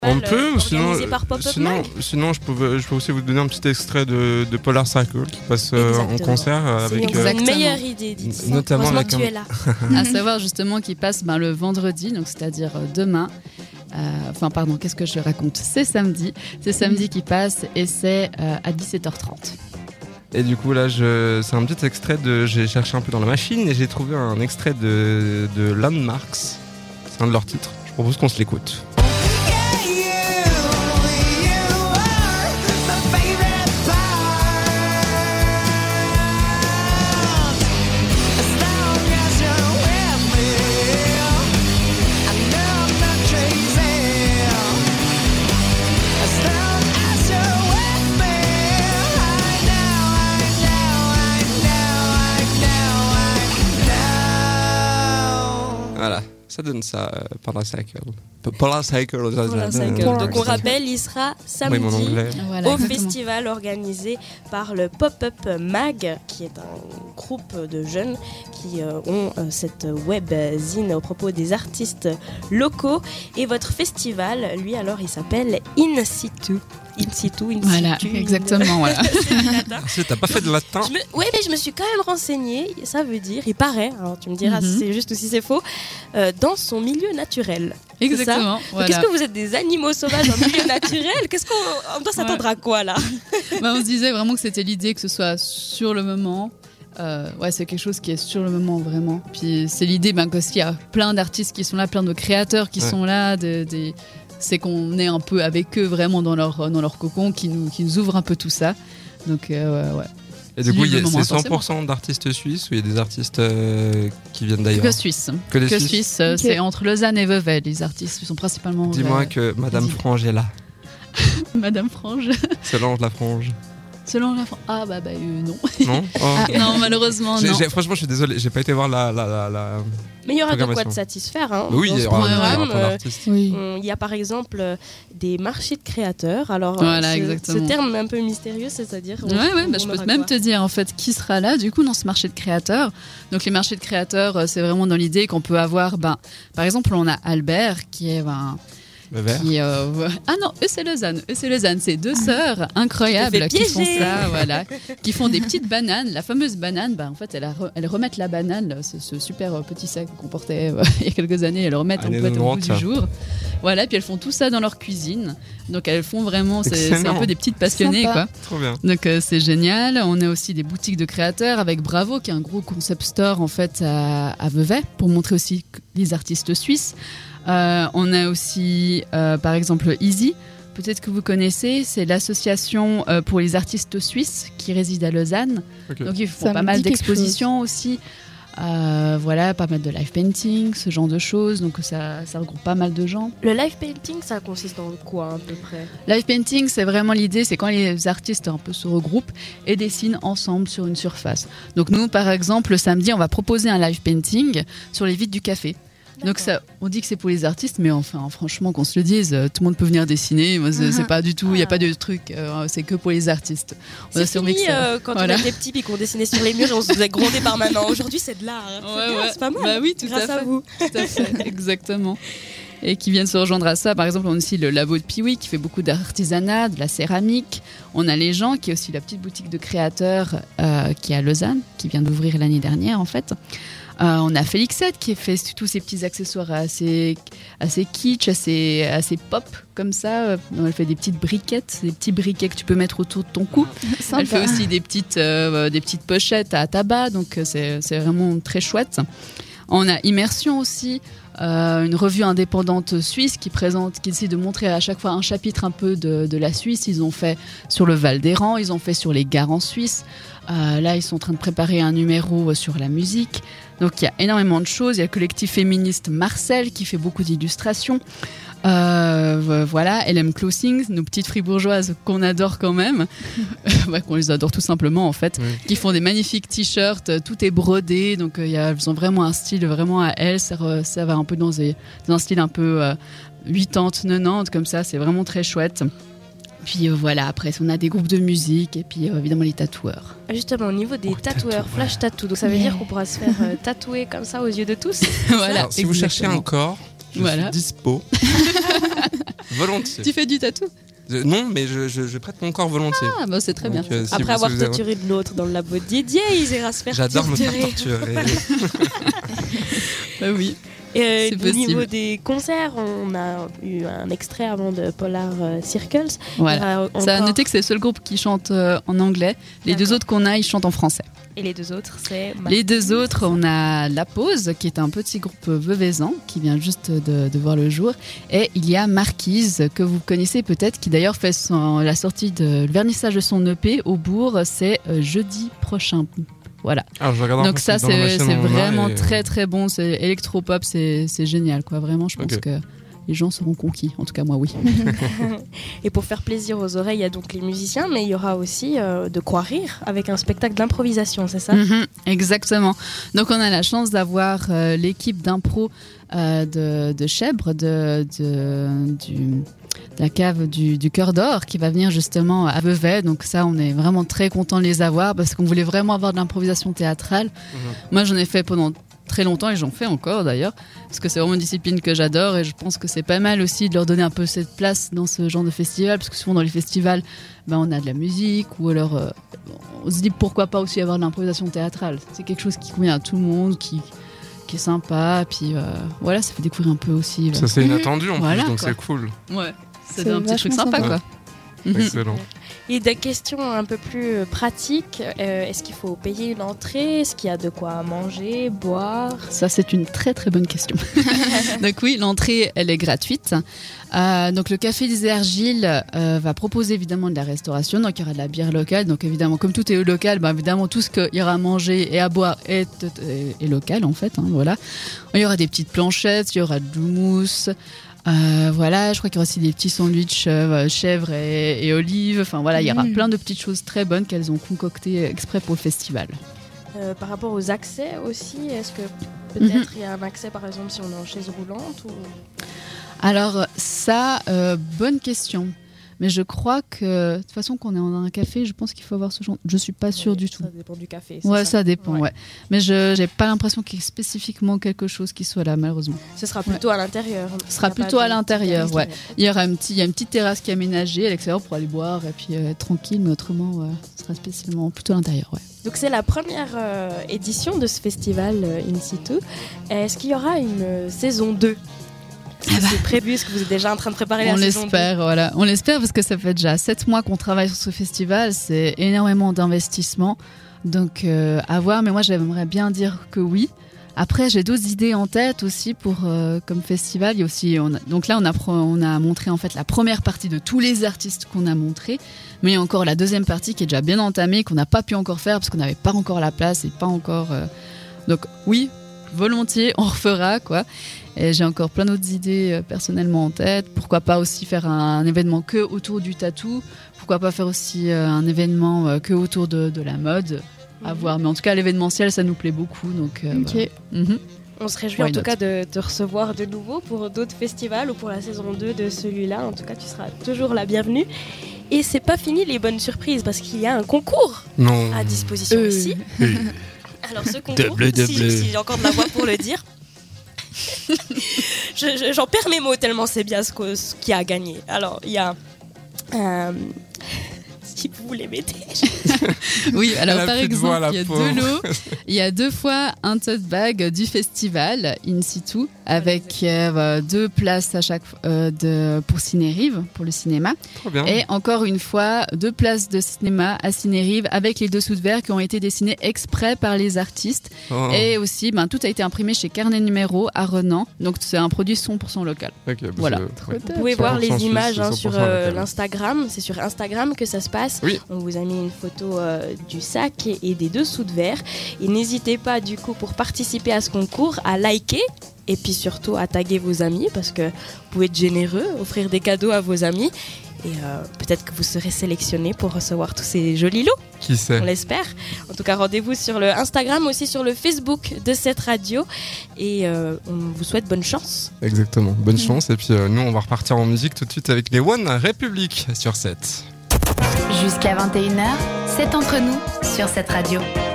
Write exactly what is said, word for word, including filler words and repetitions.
On peut, sinon, par Pop-Up sinon, Mag. sinon je, peux, je peux aussi vous donner un petit extrait de, de Polar Cycle qui passe euh, en concert avec c'est une euh, meilleure idée, notamment avec avec tu es là. À savoir justement qu'il passe ben, le vendredi, donc c'est-à-dire demain. Euh, enfin pardon, qu'est-ce que je raconte ? C'est samedi, c'est samedi qui passe et c'est euh, à dix-sept heures trente. Et du coup là, je, c'est un petit extrait de. J'ai cherché un peu dans la machine et j'ai trouvé un extrait de, de Landmarks. C'est un de leurs titres. Je propose qu'on se l'écoute. Voilà, ça donne ça, euh, Polar Cycle. Polar Cycle. Polar Cycle. Donc on rappelle, il sera samedi oui, voilà, au exactement. festival organisé par le Pop-Up Mag, qui est un groupe de jeunes qui euh, ont euh, cette webzine au propos des artistes locaux. Et votre festival, lui alors, il s'appelle In Situ. In situ, in voilà, situ. exactement, voilà. C'est, t'as pas fait de latin ? me... Oui, mais je me suis quand même renseignée. Ça veut dire, il paraît, alors tu me diras mm-hmm. si c'est juste ou si c'est faux, euh, dans son milieu naturel. Exactement. Voilà. Qu'est-ce que vous êtes des animaux sauvages en milieu naturel ? Qu'est-ce qu'on on doit s'attendre ouais. à quoi là ? bah, On se disait vraiment que c'était l'idée que ce soit sur le moment. Euh, ouais, c'est quelque chose qui est sur le moment vraiment. Puis c'est l'idée ben, qu'il y a plein d'artistes qui sont là, plein de créateurs qui ouais. sont là, de, de... c'est qu'on est un peu avec eux vraiment dans leur, dans leur cocon, qui nous, qui nous ouvre un peu tout ça. Donc, euh, ouais. Et du coup, y a, c'est cent pour cent d'artistes suisses ou il y a des artistes euh, qui viennent d'ailleurs ? Que suisses. Que, que Suisses. Suisse, okay. C'est entre Lausanne et Vevey, les artistes sont principalement. Dis-moi euh, que Madame Frange est là. Madame Frange. Solange la Frange. Selon la Ah bah, bah euh, non. Non, oh. ah, non malheureusement j'ai, non. J'ai, franchement je suis désolé, j'ai pas été voir la, la, la, la mais il y aura de quoi te satisfaire hein, oui, il y aura, programme, il y aura euh, oui. Il y a par exemple des marchés de créateurs. Alors voilà, ce, ce terme un peu mystérieux, c'est-à-dire on, ouais, ouais, bah, je peux même quoi. te dire en fait qui sera là du coup dans ce marché de créateurs. Donc les marchés de créateurs, c'est vraiment dans l'idée qu'on peut avoir ben, par exemple on a Albert qui est ben, Qui, euh, ah non, eux c'est Lausanne, eux c'est Lausanne, c'est deux sœurs incroyables qui font ça, voilà, qui font des petites bananes. La fameuse banane, bah en fait, elles, re, elles remettent la banane, ce, ce super petit sac qu'on portait euh, il y a quelques années, elles le remettent en fait au bout du jour. Voilà, puis elles font tout ça dans leur cuisine. Donc elles font vraiment, c'est, c'est un peu des petites passionnées, sympa. Quoi. Trop bien. Donc euh, c'est génial. On a aussi des boutiques de créateurs avec Bravo, qui est un gros concept store en fait à, à Vevey pour montrer aussi les artistes suisses. Euh, on a aussi, euh, par exemple, Easy. Peut-être que vous connaissez, c'est l'association euh, pour les artistes suisses qui réside à Lausanne. Okay. Donc ils font ça pas mal d'expositions aussi. Euh, voilà, pas mal de live painting, ce genre de choses. Donc ça, ça regroupe pas mal de gens. Le live painting, ça consiste en quoi à peu près ? Live painting, c'est vraiment l'idée, c'est quand les artistes un peu se regroupent et dessinent ensemble sur une surface. Donc nous, par exemple, le samedi, on va proposer un live painting sur les vitres du café. Donc ça, on dit que c'est pour les artistes, mais enfin, franchement, qu'on se le dise, tout le monde peut venir dessiner. Moi, c'est, uh-huh. c'est pas du tout, il y a pas de truc. Euh, c'est que pour les artistes. On c'est fini euh, quand voilà. on était petits et qu'on dessinait sur les murs et on se faisait gronder par maman. Aujourd'hui, c'est de l'art. Hein. Ouais, c'est, bien, ouais. c'est pas mal. Bah oui, tout grâce à, fait. à vous. Tout à fait, exactement. Et qui viennent se rejoindre à ça. Par exemple, on a aussi le labo de Piwi qui fait beaucoup d'artisanat, de la céramique. On a Les gens, qui est aussi la petite boutique de créateurs euh, qui est à Lausanne, qui vient d'ouvrir l'année dernière en fait. Euh, on a Félixette qui fait tous ces petits accessoires assez, assez kitsch, assez, assez pop comme ça. Elle fait des petites briquettes, des petits briquets que tu peux mettre autour de ton cou. Sympa. Elle fait aussi des petites, euh, des petites pochettes à tabac, donc c'est, c'est vraiment très chouette. On a Immersion aussi, euh, une revue indépendante suisse qui présente, qui essaie de montrer à chaque fois un chapitre un peu de, de la Suisse. Ils ont fait sur le Val d'Hérens, ils ont fait sur les gares en Suisse. Euh, là, ils sont en train de préparer un numéro sur la musique. Donc, il y a énormément de choses. Il y a le collectif féministe Marcel qui fait beaucoup d'illustrations. Euh, voilà, L M Clothing, nos petites fribourgeoises qu'on adore quand même, bah, qu'on les adore tout simplement en fait, oui. Qui font des magnifiques t-shirts, tout est brodé, donc euh, y a, elles ont vraiment un style vraiment à elles, ça, re, ça va un peu dans, des, dans un style un peu euh, quatre-vingts, quatre-vingt-dix comme ça, c'est vraiment très chouette. Puis euh, voilà, après on a des groupes de musique et puis euh, évidemment les tatoueurs. Justement au niveau des oh, tatoueurs, tatou, flash tattoo, donc ça veut yeah. dire qu'on pourra se faire euh, tatouer comme ça aux yeux de tous. Voilà. Alors, si vous cherchez un corps, je voilà. suis dispo. Volontiers. Tu fais du tatou ? Euh, non, mais je, je, je prête mon corps volontiers. Ah, bah c'est très Donc, bien. euh, si Après vous- avoir si vous avez- torturé de l'autre dans le labo de Didier, il ira se faire J'adore me faire torturer. torturer. Bah oui. Et, euh, C'est au possible. niveau des concerts, on a eu un extrait avant de Polar euh, Circles. Voilà. Il y aura Ça a encore- noté que c'est le seul groupe qui chante euh, en anglais. Les deux D'accord. autres qu'on a, ils chantent en français. Et les deux autres, c'est... Les deux autres, on a La Pause, qui est un petit groupe veuvezan, qui vient juste de, de voir le jour. Et il y a Marquise, que vous connaissez peut-être, qui d'ailleurs fait son- la sortie de le vernissage de son E P au Bourg. C'est euh, jeudi prochain. Voilà. Alors, je regarde un Donc peu ça, dans la c'est machine c'est en main vraiment et, euh, très très bon. C'est électropop, c'est c'est génial, quoi. Vraiment, je pense Ok. que les gens seront conquis. En tout cas, moi, oui. Et pour faire plaisir aux oreilles, il y a donc les musiciens, mais il y aura aussi euh, de quoi rire avec un spectacle d'improvisation, c'est ça? Mhm, exactement. Donc on a la chance d'avoir euh, l'équipe d'impro euh, de, de Chèvre, de, de, du, de la cave du, du Cœur d'Or, qui va venir justement à Vevey. Donc ça, on est vraiment très content de les avoir parce qu'on voulait vraiment avoir de l'improvisation théâtrale. Mhm. Moi, j'en ai fait pendant très longtemps et j'en fais encore d'ailleurs parce que c'est vraiment une discipline que j'adore et je pense que c'est pas mal aussi de leur donner un peu cette place dans ce genre de festival parce que souvent dans les festivals ben, on a de la musique ou alors euh, on se dit pourquoi pas aussi avoir de l'improvisation théâtrale, c'est quelque chose qui convient à tout le monde, qui, qui est sympa, puis euh, voilà, ça fait découvrir un peu aussi euh, Ça, c'est inattendu en Voilà, plus, donc quoi. c'est cool. ouais, ça C'est donne un petit truc vachement sympa, sympa. quoi. Mhm. Excellent. Et des questions un peu plus euh, pratiques, euh, est-ce qu'il faut payer une entrée? Est-ce qu'il y a de quoi manger, boire? Ça, c'est une très très bonne question. Donc oui, l'entrée, elle est gratuite. Euh, donc le Café des Argiles euh, va proposer évidemment de la restauration. Donc il y aura de la bière locale. Donc évidemment, comme tout est local, bah, évidemment tout ce qu'il y aura à manger et à boire est, est, est local en fait. Hein, voilà. Il y aura des petites planchettes, il y aura de l'houmous. Euh, voilà, je crois qu'il y aura aussi des petits sandwichs euh, chèvre et, et olives. Enfin voilà, il y aura Mmh. plein de petites choses très bonnes qu'elles ont concoctées exprès pour le festival. Euh, par rapport aux accès aussi, est-ce que peut-être Mhm. il y a un accès par exemple si on est en chaise roulante ou... Alors ça, euh, bonne question. Mais je crois que de toute façon qu'on est dans un café, je pense qu'il faut avoir ce genre. Je suis pas sûre Ouais, du tout. Ça dépend du café. c'est Ouais, ça, dépend. Ouais. Ouais. Mais je j'ai pas l'impression qu'il y ait spécifiquement quelque chose qui soit là, malheureusement. Ce sera plutôt à l'intérieur. Ce sera Il y a pas plutôt de- à l'intérieur, de- ouais. Il y aura un petit, il y a une petite terrasse qui est aménagée à l'extérieur pour aller boire et puis euh, être tranquille, mais autrement, euh, ce sera spécialement plutôt à l'intérieur, ouais. Donc c'est la première euh, édition de ce festival euh, In Situ. Est-ce qu'il y aura une euh, saison deux? Ah bah. C'est prévu, est-ce que vous êtes déjà en train de préparer On la saison l'espère, voilà. On l'espère parce que ça fait déjà sept mois qu'on travaille sur ce festival. C'est énormément d'investissement. Donc, euh, à voir. Mais moi, j'aimerais bien dire que oui. Après, j'ai d'autres idées en tête aussi pour euh, comme festival. Il y a aussi, on a- donc là, on a, pro- on a montré en fait la première partie de tous les artistes qu'on a montrés. Mais il y a encore la deuxième partie qui est déjà bien entamée, qu'on n'a pas pu encore faire parce qu'on n'avait pas encore la place et pas encore. euh, Donc, oui, volontiers, on refera quoi. Et j'ai encore plein d'autres idées euh, personnellement en tête. Pourquoi pas aussi faire un, un événement que autour du tatou. Pourquoi pas faire aussi euh, un événement euh, que autour de, de la mode. À voir. Mais en tout cas, l'événementiel, ça nous plaît beaucoup. Donc, euh, Ok. voilà. Mhm. On se réjouit Why en tout not. cas de te recevoir de nouveau pour d'autres festivals ou pour la saison deux de celui-là. En tout cas, tu seras toujours la bienvenue. Et c'est pas fini les bonnes surprises parce qu'il y a un concours Non. à disposition Euh. ici. Oui. Alors ce concours, bleu, de si, bleu. si j'ai encore de la voix pour le dire, je- je- j'en perds mes mots tellement c'est bien ce, que- ce qui a gagné. Alors il y a... euh, si vous les mettez... Oui, alors Elle a par plus de voix, exemple, la il y a pauvre. deux lots. Il y a deux fois un tote bag du festival In Situ avec euh, deux places à chaque euh, de, pour Ciné-Rive, pour le cinéma. Trop bien. Et encore une fois, deux places de cinéma à Ciné-Rive avec les dessous de verre qui ont été dessinés exprès par les artistes. Oh. Et aussi, ben, tout a été imprimé chez Carnet Numéro à Renan. Donc c'est un produit cent pour cent local. Ok, bah, Voilà. c'est- ouais. Vous pouvez voir les cent pour cent images suisse, hein, cent sur pour cent euh, local. l'Instagram. C'est sur Instagram que ça se passe. Oui. On vous a mis une photo euh, du sac et, et des dessous de verre. Et n'hésitez pas du coup pour participer à ce concours à liker et puis surtout à taguer vos amis parce que vous pouvez être généreux, offrir des cadeaux à vos amis. Et euh, peut-être que vous serez sélectionné pour recevoir tous ces jolis lots, Qui on sait? l'espère. En tout cas, rendez-vous sur le Instagram, aussi sur le Facebook de cette radio. Et euh, on vous souhaite bonne chance. Exactement. Bonne chance. Et puis euh, nous, on va repartir en musique tout de suite avec les One République sur sept. Jusqu'à vingt et une heures, c'est entre nous sur cette radio.